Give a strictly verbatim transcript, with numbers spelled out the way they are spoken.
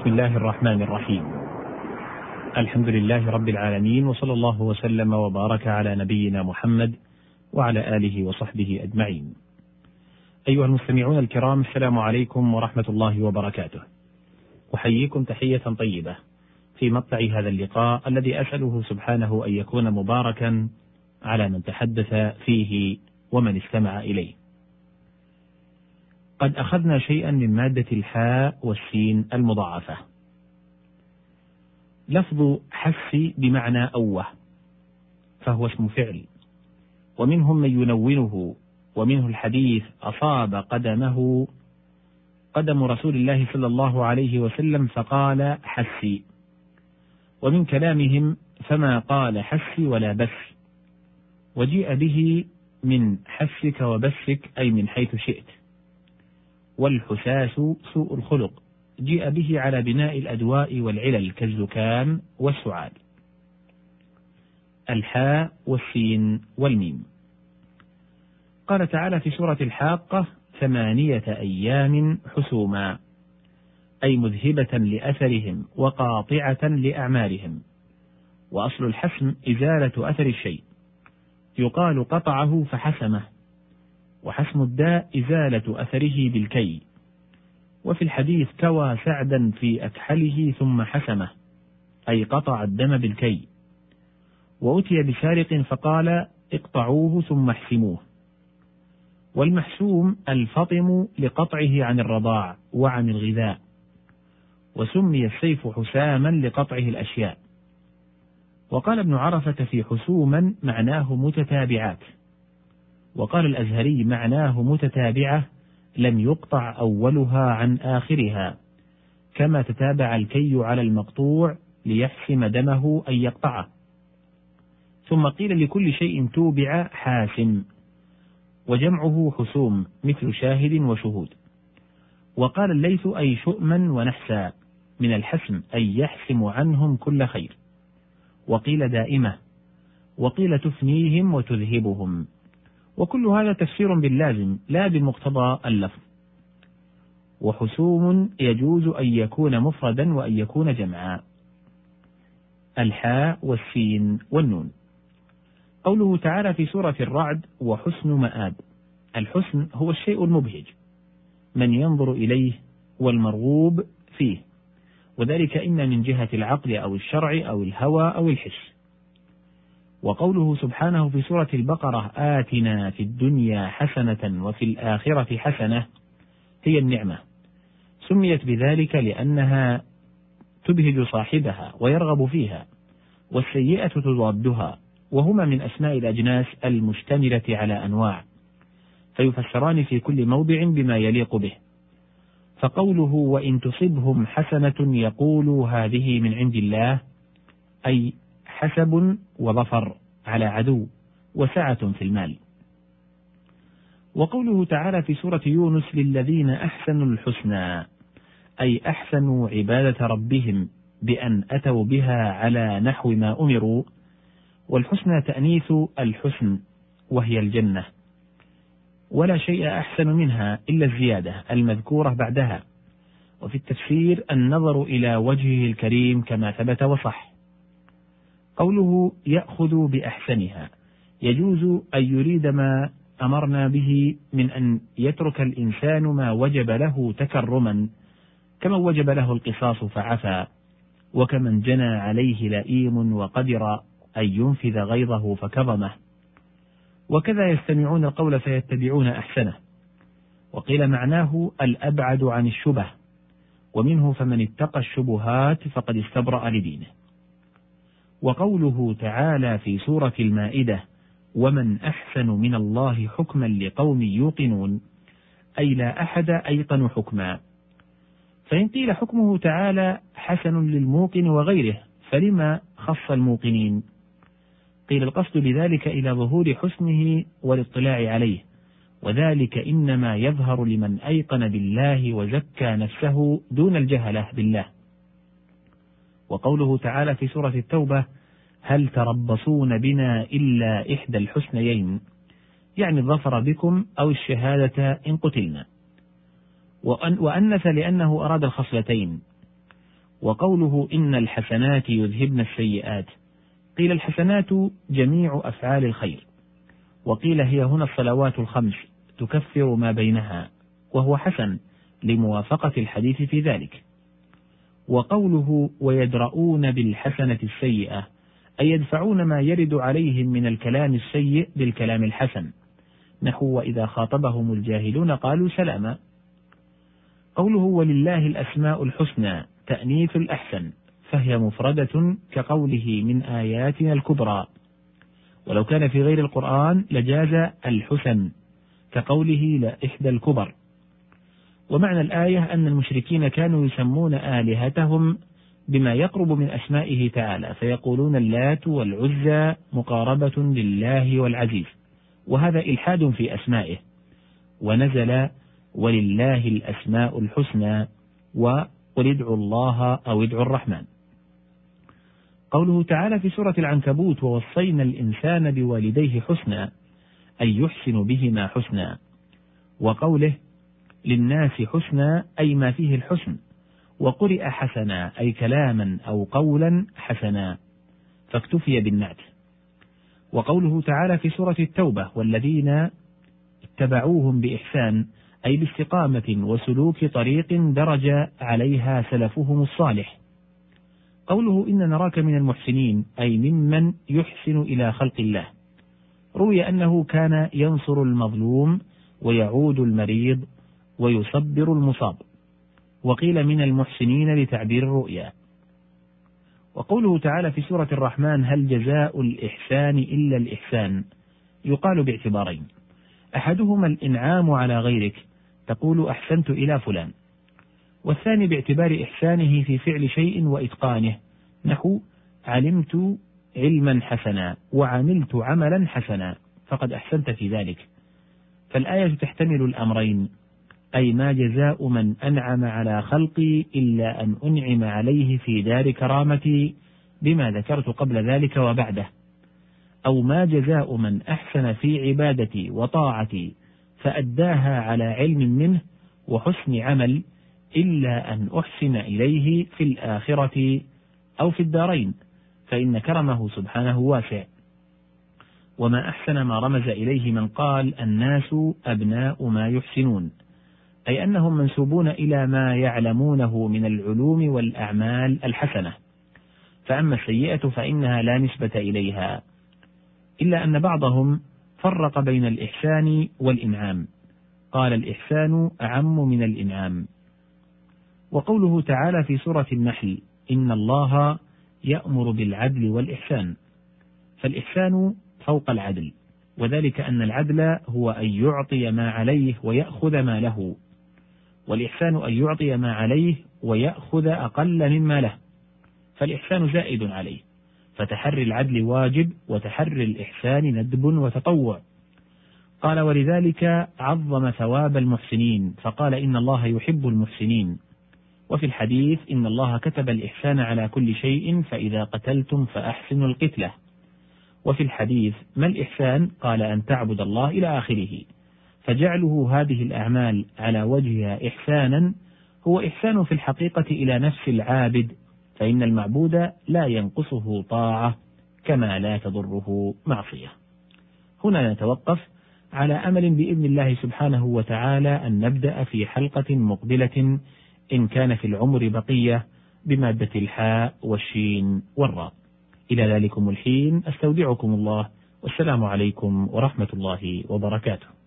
بسم الله الرحمن الرحيم. الحمد لله رب العالمين، وصلى الله وسلم وبارك على نبينا محمد وعلى آله وصحبه أجمعين. أيها المستمعون الكرام، السلام عليكم ورحمة الله وبركاته. أحييكم تحية طيبة في مقطع هذا اللقاء الذي أسأله سبحانه أن يكون مباركا على من تحدث فيه ومن استمع إليه. قد أخذنا شيئا من مادة الحاء والسين المضاعفة. لفظ حس بمعنى أوه، فهو اسم فعل، ومنهم من ينونه، ومنه الحديث أصاب قدمه قدم رسول الله صلى الله عليه وسلم فقال حسي، ومن كلامهم فما قال حسي ولا بس، وجيء به من حسك وبسك أي من حيث شئت. والحساس سوء الخلق، جيء به على بناء الأدواء والعلل كالزكام والسعال. الحاء والسين والميم. قال تعالى في سورة الحاقة: ثمانية أيام حسوما، أي مذهبة لأثرهم وقاطعة لأعمالهم. وأصل الحسم إزالة أثر الشيء، يقال قطعه فحسمه، وحسم الداء إزالة أثره بالكي. وفي الحديث: كوى سعدا في أكحله ثم حسمه، أي قطع الدم بالكي. وأتي بسارق فقال: اقطعوه ثم احسموه. والمحسوم الفطم لقطعه عن الرضاع وعن الغذاء، وسمي السيف حساما لقطعه الأشياء. وقال ابن عرفة في حسوما معناه متتابعات. وقال الأزهري معناه متتابعة لم يقطع أولها عن آخرها، كما تتابع الكي على المقطوع ليحسم دمه أن يقطعه. ثم قيل لكل شيء توبع حاسم، وجمعه حسوم مثل شاهد وشهود. وقال الليث: أي شؤما ونحسا، من الحسم أي يحسم عنهم كل خير. وقيل دائمة، وقيل تفنيهم وتذهبهم. وكل هذا تفسير باللازم لا بمقتضى اللفظ. وحسوم يجوز أن يكون مفردا وأن يكون جمعا. الحاء والسين والنون. قوله تعالى في سورة الرعد: وحسن مآب. الحسن هو الشيء المبهج، من ينظر إليه والمرغوب فيه، وذلك إما من جهة العقل أو الشرع أو الهوى أو الحس. وقوله سبحانه في سورة البقرة: آتنا في الدنيا حسنة وفي الآخرة حسنة، هي النعمة، سميت بذلك لأنها تبهج صاحبها ويرغب فيها، والسيئة تضادها، وهما من أسماء الأجناس المشتملة على أنواع، فيفسران في كل موضع بما يليق به. فقوله: وإن تصبهم حسنة يقولوا هذه من عند الله، أي حسب وظفر على عدو وسعة في المال. وقوله تعالى في سورة يونس: للذين أحسنوا الحسنى، أي أحسنوا عبادة ربهم بأن أتوا بها على نحو ما أمروا. والحسنى تأنيث الحسن وهي الجنة، ولا شيء أحسن منها إلا الزيادة المذكورة بعدها. وفي التفسير النظر إلى وجهه الكريم كما ثبت وصح. قوله: يأخذ بأحسنها، يجوز أن يريد ما أمرنا به من أن يترك الإنسان ما وجب له تكرما، كما وجب له القصاص فعفى، وكمن جنى عليه لئيم وقدر أن ينفذ غيظه فكظمه. وكذا يستمعون القول فيتبعون أحسنه. وقيل معناه الأبعد عن الشبه، ومنه فمن اتقى الشبهات فقد استبرأ لدينه. وقوله تعالى في سورة المائدة: ومن أحسن من الله حكما لقوم يوقنون، أي لا أحد أيقن حكما. فإن قيل حكمه تعالى حسن للموقن وغيره، فلما خص الموقنين؟ قيل القصد بذلك إلى ظهور حسنه والاطلاع عليه، وذلك إنما يظهر لمن أيقن بالله وزكى نفسه دون الجهلة بالله. وقوله تعالى في سورة التوبة: هل تربصون بنا إلا إحدى الحسنيين، يعني الظفر بكم أو الشهادة إن قتلنا. وأنث لأنه أراد الخصلتين. وقوله إن الحسنات يذهبن السيئات، قيل الحسنات جميع أفعال الخير، وقيل هي هنا الصلوات الخمس تكفر ما بينها، وهو حسن لموافقة الحديث في ذلك. وقوله ويدرؤون بالحسنة السيئة، أي يدفعون ما يرد عليهم من الكلام السيء بالكلام الحسن، نحو وإذا خاطبهم الجاهلون قالوا سلاما. قوله ولله الأسماء الحسنى تأنيث الأحسن، فهي مفردة كقوله من آياتنا الكبرى، ولو كان في غير القرآن لجاز الحسن كقوله لإحدى الكبر. ومعنى الآية أن المشركين كانوا يسمون آلهتهم بما يقرب من أسمائه تعالى، فيقولون اللات والعزى مقاربة لله والعزيز، وهذا إلحاد في أسمائه. ونزل ولله الأسماء الحسنى وقل ادعوا الله أو ادعوا الرحمن. قوله تعالى في سورة العنكبوت ووصينا الإنسان بوالديه حسنا، أي يحسن بهما حسنا. وقوله للناس حسنا أي ما فيه الحسن، وقرئ حسنا أي كلاما أو قولا حسنا، فاكتفي بالنعت. وقوله تعالى في سورة التوبة والذين اتبعوهم بإحسان، أي باستقامة وسلوك طريق درج عليها سلفهم الصالح. قوله إن نراك من المحسنين، أي ممن يحسن إلى خلق الله. روي أنه كان ينصر المظلوم ويعود المريض ويصبر المصاب، وقيل من المحسنين لتعبير الرؤيا. وقوله تعالى في سورة الرحمن هل جزاء الإحسان إلا الإحسان، يقال باعتبارين: أحدهما الإنعام على غيرك، تقول أحسنت إلى فلان، والثاني باعتبار إحسانه في فعل شيء وإتقانه، نحو علمت علما حسنا وعملت عملا حسنا، فقد أحسنت في ذلك. فالآية تحتمل الأمرين، أي ما جزاء من أنعم على خلقي إلا أن أنعم عليه في دار كرامتي بما ذكرت قبل ذلك وبعده، أو ما جزاء من أحسن في عبادتي وطاعتي فأداها على علم منه وحسن عمل إلا أن أحسن إليه في الآخرة أو في الدارين، فإن كرمه سبحانه واسع. وما أحسن ما رمز إليه من قال الناس أبناء ما يحسنون، أي أنهم منسوبون إلى ما يعلمونه من العلوم والأعمال الحسنة، فأما السيئة فإنها لا نسبة إليها، إلا أن بعضهم فرق بين الإحسان والإنعام، قال الإحسان أعم من الإنعام. وقوله تعالى في سورة النحل إن الله يأمر بالعدل والإحسان، فالإحسان فوق العدل، وذلك أن العدل هو أن يعطي ما عليه ويأخذ ما له، والإحسان أن يعطي ما عليه ويأخذ أقل مما له، فالإحسان زائد عليه، فتحري العدل واجب وتحري الإحسان ندب وتطوع. قال ولذلك عظم ثواب المحسنين فقال إن الله يحب المحسنين. وفي الحديث إن الله كتب الإحسان على كل شيء فإذا قتلتم فأحسنوا القتلة. وفي الحديث ما الإحسان؟ قال أن تعبد الله إلى آخره. فجعله هذه الأعمال على وجهها إحسانا هو إحسان في الحقيقة إلى نفس العابد، فإن المعبود لا ينقصه طاعة كما لا تضره معصية. هنا نتوقف على أمل بإذن الله سبحانه وتعالى أن نبدأ في حلقة مقبلة إن كان في العمر بقية بمادة الحاء والشين والراء. إلى ذلكم الحين أستودعكم الله، والسلام عليكم ورحمة الله وبركاته.